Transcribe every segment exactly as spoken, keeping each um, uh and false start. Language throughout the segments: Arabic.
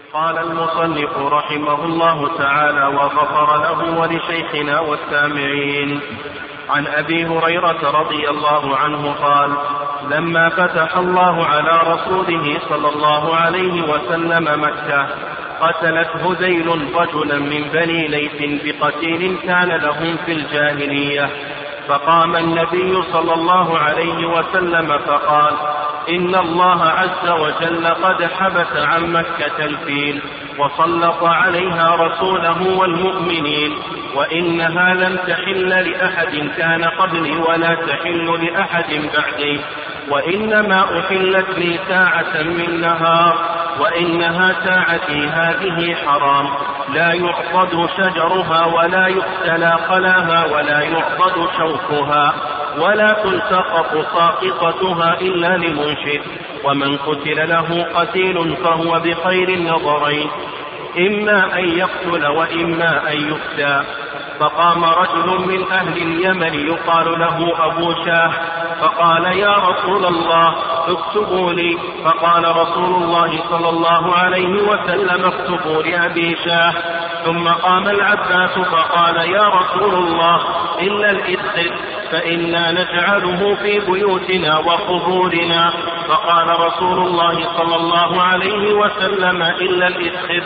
قال المصنف رحمه الله تعالى وغفر له ولشيخنا والسامعين: عن أبي هريرة رضي الله عنه قال: لما فتح الله على رسوله صلى الله عليه وسلم مكة قتلت هذيل رجلا من بني ليث بقتيل كان لهم في الجاهلية، فقام النبي صلى الله عليه وسلم فقال: إن الله عز وجل قد حبس عن مكة الفيل وسلط عليها رسوله والمؤمنين، وإنها لم تحل لأحد كان قبلي ولا تحل لأحد بعدي، وإنما أحلت لي ساعة من نهار، وإنها ساعتي هذه حرام، لا يعضد شجرها ولا يقتلى خلاها ولا يعضد شوكها ولا تلتقط ساقطتها إلا لمنشد، ومن قتل له قتيل فهو بخير النظرين، إما أن يقتل وإما أن يفتى. فقام رجل من أهل اليمن يقال له أبو شاه فقال: يا رسول الله اكتبوا لي. فقال رسول الله صلى الله عليه وسلم: اكتبوا لأبي شاه. ثم قام العباس فقال: يا رسول الله إلا الإذخر فإنا نجعله في بيوتنا وقبورنا. فقال رسول الله صلى الله عليه وسلم: إلا الإذخر.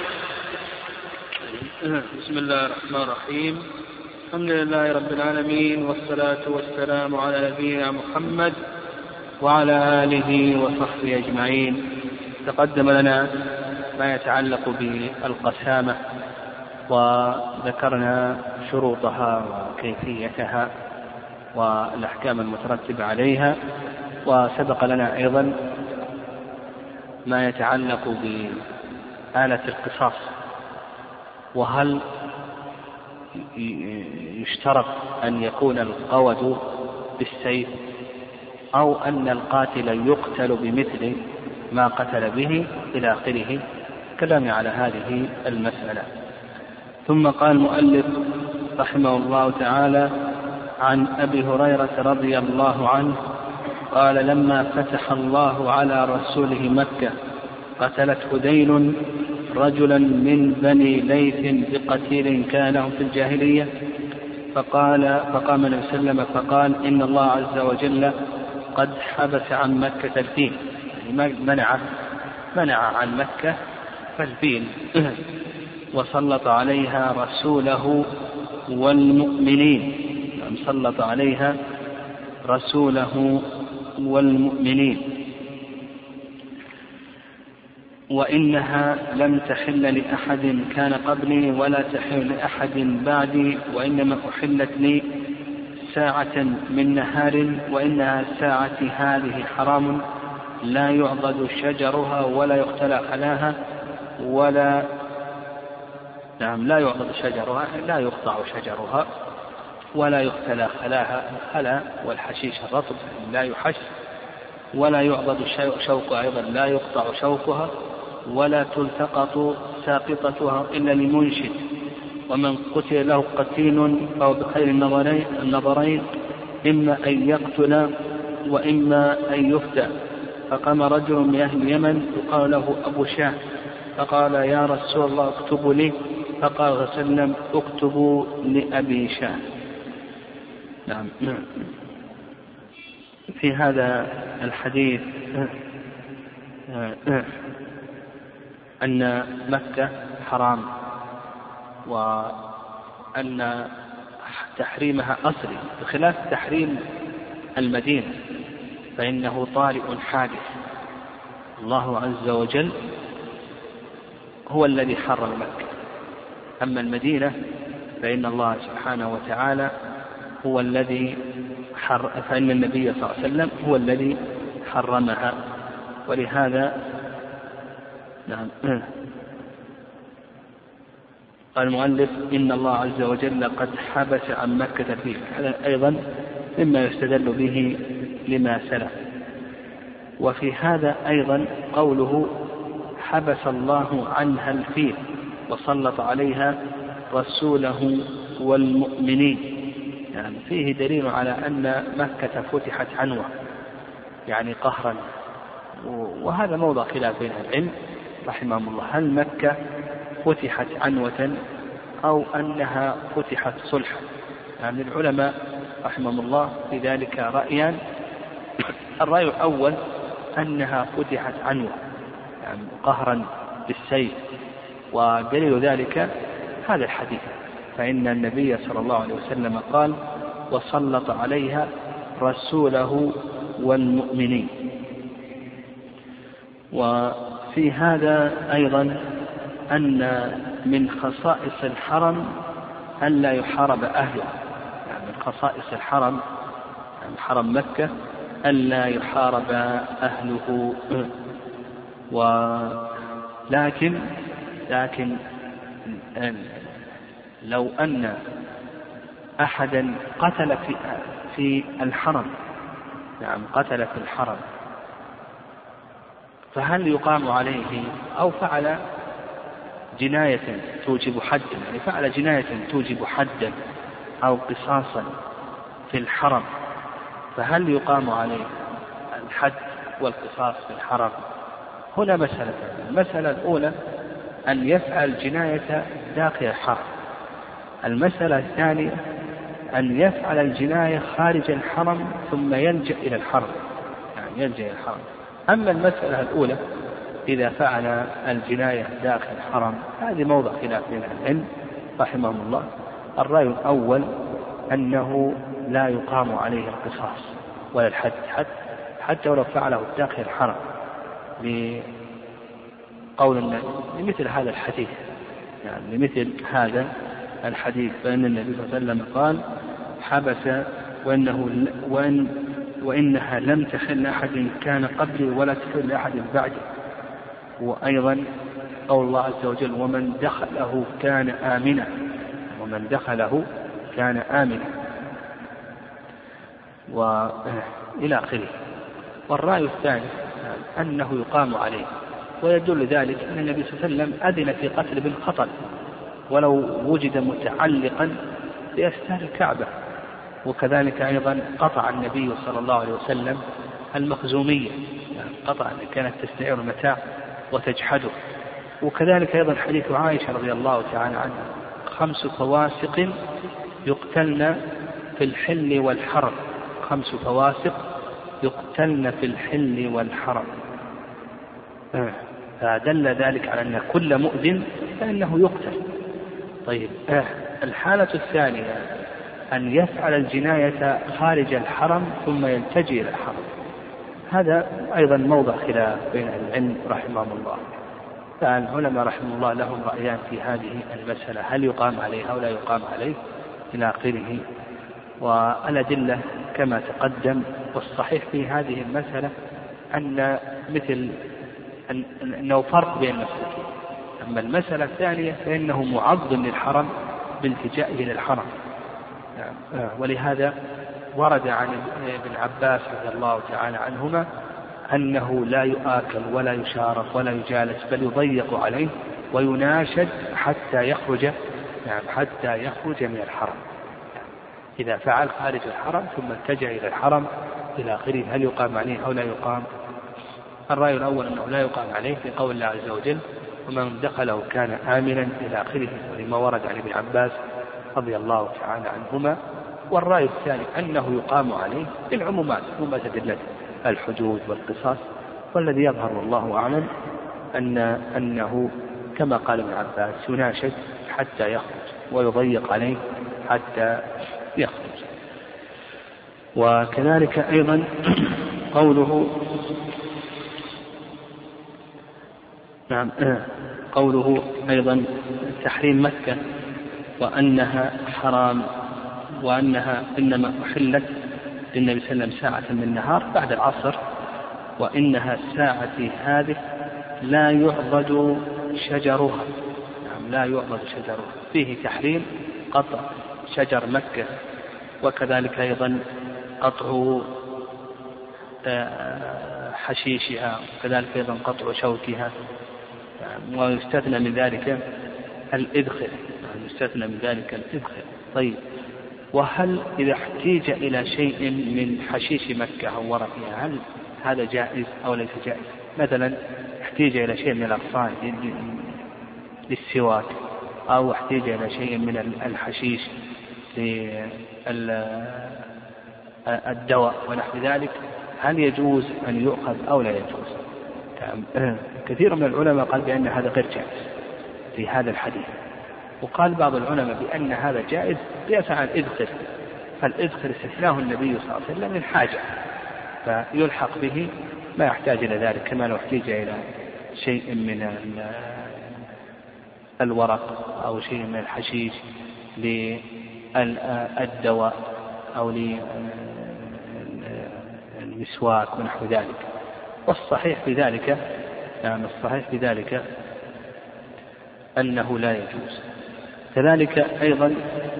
بسم الله الرحمن الرحيم. الحمد لله رب العالمين، والصلاة والسلام على نبينا محمد وعلى آله وصحبه أجمعين. تقدم لنا ما يتعلق بالقسامة وذكرنا شروطها وكيفيتها والأحكام المترتبة عليها، وسبق لنا أيضا ما يتعلق بآلة القصاص، وهل يشترط أن يكون القود بالسيف أو أن القاتل يقتل بمثل ما قتل به إلى آخره، كلام على هذه المسألة. ثم قال المؤلف رحمه الله تعالى: عن أبي هريرة رضي الله عنه قال: لما فتح الله على رسوله مكة قتلت هذيل رجلا من بني ليث بقتيل كان لهم في الجاهلية، فقال فقام النبي صلى الله عليه وسلم فقال: إن الله عز وجل قد حبس عن مكة الفيل، يعني منع منع عن مكة فالفيل، وسلط عليها رسوله والمؤمنين، يعني سلط عليها رسوله والمؤمنين، وإنها لم تحل لأحد كان قبلي ولا تحل لأحد بعدي، وإنما أحلت لي ساعة من نهار، وإنها ساعة هذه حرام، لا يعضد شجرها ولا يقتلى خلاها ولا نعم لا يعضد شجرها لا يقطع شجرها ولا يقتلى خلاها، الخلا والحشيش الرطب لا يحش، ولا يعضد شوكها أيضا لا يقطع شوكها، ولا تلتقط ساقطتها إلا لمنشد، ومن قتل له قتيل فهو بخير النظرين، إما أن يقتل وإما أن يفتى. فقام رجل من أهل اليمن يقال له أبو شاه فقال: يا رسول الله اكتبوا لي. فقال صلى الله عليه وسلم: اكتبوا لأبي شاه. نعم. في هذا الحديث أن مكة حرام، وأن تحريمها أصلي بخلاف تحريم المدينة، فإنه طارئ حادث. الله عز وجل هو الذي حرم مكة، أما المدينة فإن الله سبحانه وتعالى هو الذي حر فإن النبي صلى الله عليه وسلم هو الذي حرمها. ولهذا نعم قال المؤلف: إن الله عز وجل قد حبس عن مكة الفيل. هذا أيضا مما يستدل به لما سلف. وفي هذا أيضا قوله: حبس الله عنها الفيل وسلط عليها رسوله والمؤمنين، يعني فيه دليل على أن مكة فتحت عنوة، يعني قهرا، وهذا موضع خلاف بين العلم، رحمهم الله هل مكة فتحت عنوة أو أنها فتحت صلحا؟ يعني العلماء رحمهم الله في ذلك رأيان. الرأي الأول أنها فتحت عنوة يعني قهرا بالسيف، ودليل ذلك هذا الحديث، فإن النبي صلى الله عليه وسلم قال وسلط عليها رسوله والمؤمنين. وفي هذا أيضا أن من خصائص الحرم أن لا يحارب أهله، يعني من خصائص الحرم يعني حرم مكة أن لا يحارب أهله. ولكن لكن لو أن أحدا قتل في في الحرم، نعم قتل في الحرم، فهل يقام عليه أو فعل جناية توجب حدا، يعني فعل جناية توجب حدا أو قصاصا في الحرم، فهل يقام عليه الحد والقصاص في الحرم؟ هنا مسألة. المسألة الأولى أن يفعل جناية داخل الحرم. المسألة الثانية أن يفعل الجناية خارج الحرم ثم يلجأ إلى الحرم، يعني يلجأ إلى الحرم. أما المسألة الأولى إذا فعل الجناية داخل الحرم هذه موضع خلاف بين العلم رحمهم الله. الرأي الأول أنه لا يقام عليه القصاص ولا الحد حتى, حتى ولو فعله داخل الحرم، لقول لمثل هذا الحديث، يعني لمثل هذا الحديث، فإن النبي صلى الله عليه وسلم قال حبس وإنه وإن وإنها لم تحل أحد كان قبلي ولا تحل أحد بعدي. وأيضا قول الله عز وجل ومن دخله كان آمنا، ومن دخله كان آمنا، وإلى آخره. والرأي الثاني أنه يقام عليه، ويدل ذلك أن النبي صلى الله عليه وسلم أذن في قتل بالخطل ولو وجد متعلقا بأستار الكعبة. وكذلك أيضا قطع النبي صلى الله عليه وسلم المخزومية، يعني قطع أن كانت تستعير المتاع وتجحده. وكذلك أيضا حديث عائشة رضي الله تعالى عنها خمس فواسق يقتلن في الحل والحرم، خمس فواسق يقتلن في الحل والحرم، فدل ذلك على أن كل مؤذن فإنه يقتل. طيب الحالة الثانية أن يفعل الجناية خارج الحرم ثم يلتجئ إلى الحرم، هذا أيضا موضع خلاف بين العلم رحمهم الله. فالعلماء رحمه الله لهم رأيان في هذه المسألة، هل يقام عليه أو لا يقام عليه إلى آخره. والأدلة كما تقدم، والصحيح في هذه المسألة أن مثل أنه فرق بين المسألتين. أما المسألة الثانية فإنه معظم للحرم بالتجاء إلى الحرم، ولهذا ورد عن ابن عباس رضي الله تعالى عنهما أنه لا يؤكل ولا يشارك ولا يجالس، بل يضيق عليه ويناشد حتى يخرج، يعني حتى يخرج من الحرم. إذا فعل خارج الحرم ثم اتجه إلى الحرم إلى آخره، هل يقام عليه أو لا يقام؟ الرأي الأول أنه لا يقام عليه في قول الله عز وجل ومن دخله كان آمنا إلى آخره، ولما ورد عن ابن عباس رضي الله تعالى عنهما. والرأي الثاني أنه يقام عليه بالعمومات، عمومات أدلة الحدود والقصاص. والذي يظهر والله أعلم أن أنه كما قال ابن عباس يناشد حتى يخرج ويضيق عليه حتى يخرج. وكذلك أيضا قوله نعم قوله أيضا تحريم مكة وأنها حرام، وأنها إنما أحلت للنبي صلى الله عليه وسلم ساعة من النهار بعد العصر، وإنها الساعة هذه لا يعضد شجرها، نعم لا يعضد شجرها. فيه تحريم قطع شجر مكة، وكذلك أيضا قطع حشيشها، وكذلك أيضا قطع شوكها، ويستثنى من ذلك الإذخر، يستثنى من ذلك الإذخر. طيب وهل إذا احتيج إلى شيء من حشيش مكة أو ورقها هل هذا جائز أو ليس جائز؟ مثلا احتيج إلى شيء من الأغصان للسواك، أو احتيج إلى شيء من الحشيش للدواء ونحو ذلك، هل يجوز أن يؤخذ أو لا يجوز؟ كثير من العلماء قال بأن هذا غير جائز في هذا الحديث، وقال بعض العلماء بأن هذا جائز قياسا على الإذخر، فالإذخر استثناه النبي صلى الله عليه وسلم من حاجة، فيلحق به ما يحتاج إلى ذلك، كما لو احتاج إلى شيء من الورق أو شيء من الحشيش للدواء أو للمسواك ونحو ذلك. والصحيح في ذلك يعني الصحيح في ذلك أنه لا يجوز. كذلك أيضا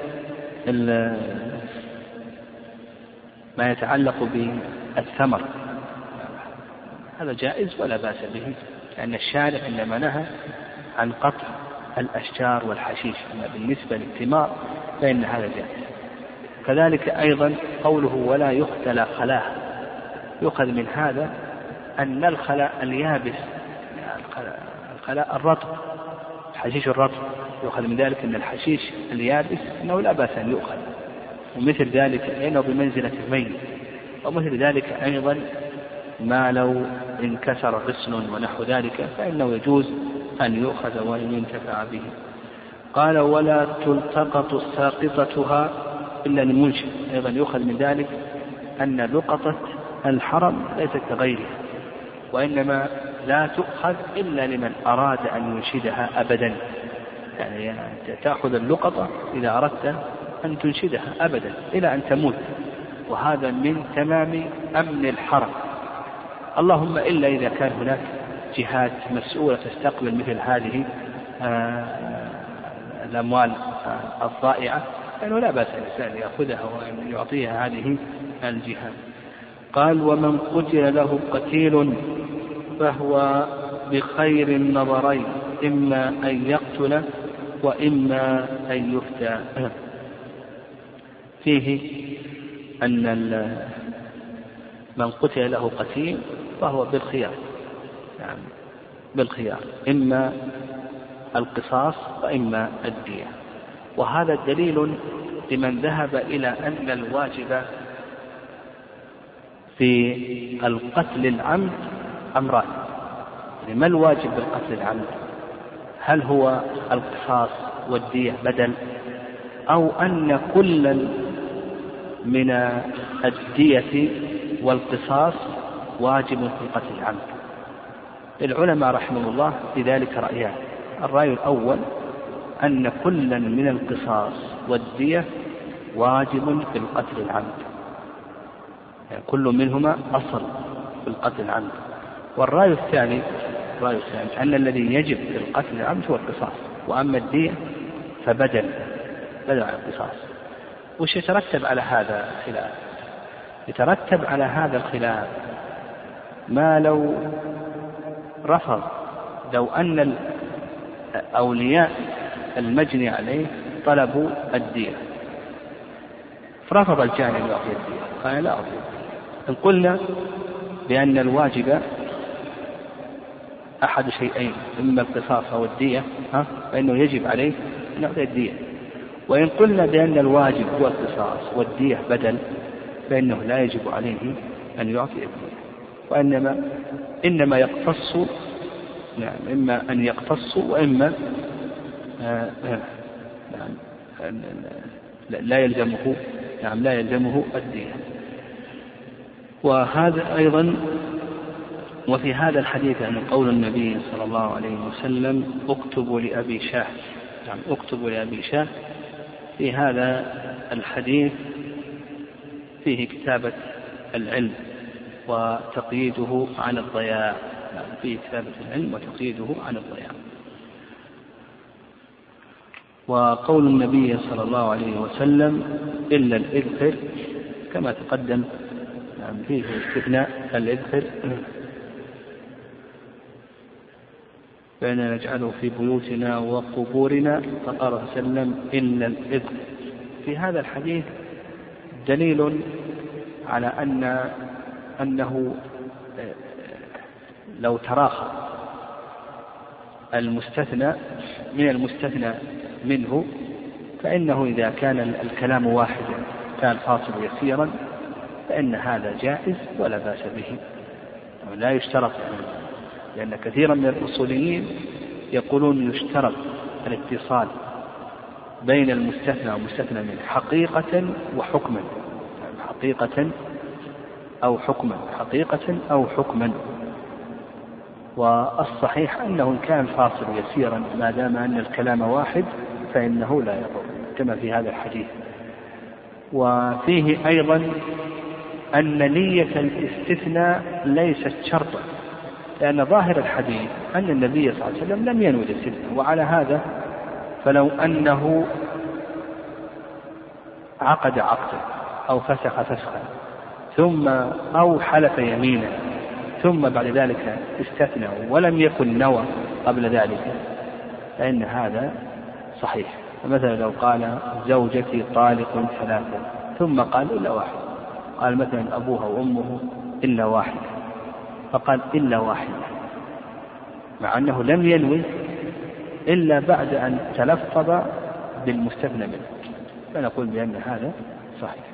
ما يتعلق بالثمر هذا جائز ولا بأس به، لأن الشارع عندما نهى عن قطع الأشجار والحشيش، أما بالنسبة للثمار فإن هذا جائز. كذلك أيضا قوله ولا يختلى خلاه، يؤخذ من هذا أن الخلاء اليابس الخلاء الرطب الحشيش الرطب، يؤخذ من ذلك أن الحشيش اليابس أنه لا بأس أن يؤخذ، ومثل ذلك أنه بمنزلة الميت. ومثل ذلك أيضا ما لو انكسر غصن ونحو ذلك فإنه يجوز أن يؤخذ وأن ينتفع به. قال ولا تلتقط ساقطتها إلا للمنشد، أيضا يؤخذ من ذلك أن لقطة الحرم ليست كغيرها، وإنما لا تؤخذ إلا لمن أراد أن ينشدها أبدا، يعني تأخذ اللقطة إذا أردت أن تنشدها أبدا إلى أن تموت، وهذا من تمام أمن الحرم، اللهم إلا إذا كان هناك جهات مسؤولة تستقبل مثل هذه الأموال الضائعة، فإنه لا بأس الإنسان يأخذها وأن يعطيها هذه الجهات. قال ومن قتل له قتيل فهو بخير النظرين، إما أن يقتل وإما أن يفتى. فيه أن من قتل له قتيل فهو بالخيار، يعني بالخيار، إما القصاص وإما الدية. وهذا دليل لمن ذهب إلى أن الواجب في القتل العمد أمران. ما الواجب بالقتل العمد؟ هل هو القصاص والدية بدل، أو أن كل من الدية والقصاص واجب في القتل العمد؟ العلماء رحمه الله في ذلك رأيان. الرأي الأول أن كل من القصاص والدية واجب في القتل العمد، يعني كل منهما أصل في القتل العمد. والرأي الثاني الرأي الثاني أن الذي يجب في القتل العمد هو القصاص، وأما الدية فبدل بدل عن القصاص. وش يترتب على هذا الخلاف؟ يترتب على هذا الخلاف ما لو رفض، لو أن الأولياء المجني عليه طلبوا الدية، فرفض الجاني أن يعطي الدية، قال لا أعطي الدية. إن قلنا بأن الواجب أحد شيئين، إما القصاص أو الدية، ها فإنه يجب عليه أن يعطي الدية. وإن قلنا بأن الواجب هو القصاص والدية بدل، فإنه لا يجب عليه أن يعطي الدية، وإنما إنما يقتص، نعم، إما أن يقتص وإما آه آه نعم لا يلزمه، نعم لا يلزمه الدية. وهذا أيضا وفي هذا الحديث عن قول النبي صلى الله عليه وسلم اكتبوا لأبي شاه، نعم اكتبوا لأبي شاه. في هذا الحديث فيه كتابة العلم وتقييده عن الضياع، نعم فيه كتابة العلم وتقييده عن الضياع. وقول النبي صلى الله عليه وسلم إلا الإذخر كما تقدم، نعم فيه استثناء الإذخر، فإننا نجعله في بيوتنا وقبورنا، فقال صلى الله عليه وسلم إلا الإذخر. في هذا الحديث دليل على أن أنه لو تراخى المستثنى من المستثنى منه، فإنه إذا كان الكلام واحدا كان فاصل يسيرا فإن هذا جائز ولا بأس به، لا يشترط، لأن كثيرا من الأصوليين يقولون يشترط الاتصال بين المستثنى والمستثنى منه حقيقة وحكما، حقيقة أو حكما، حقيقة أو حكما. والصحيح أنه إن كان فاصل يسيرا ما دام أن الكلام واحد فإنه لا يضر كما في هذا الحديث. وفيه أيضا أن نية الاستثناء ليست شرطا، لأن ظاهر الحديث أن النبي صلى الله عليه وسلم لم ينوي الاستثناء، وعلى هذا فلو أنه عقد عقدا أو فسخ فسخا ثم أو حلف يمينا ثم بعد ذلك استثنى ولم يكن نوى قبل ذلك فإن هذا صحيح. مثلا لو قال زوجتي طالق ثلاثة ثم قال إلا واحد، قال مثلا أبوها وأمه إلا واحد، فقال إلا واحد مع أنه لم ينوي إلا بعد أن تلفظ بالمستثنى منه، فنقول بأن هذا صحيح.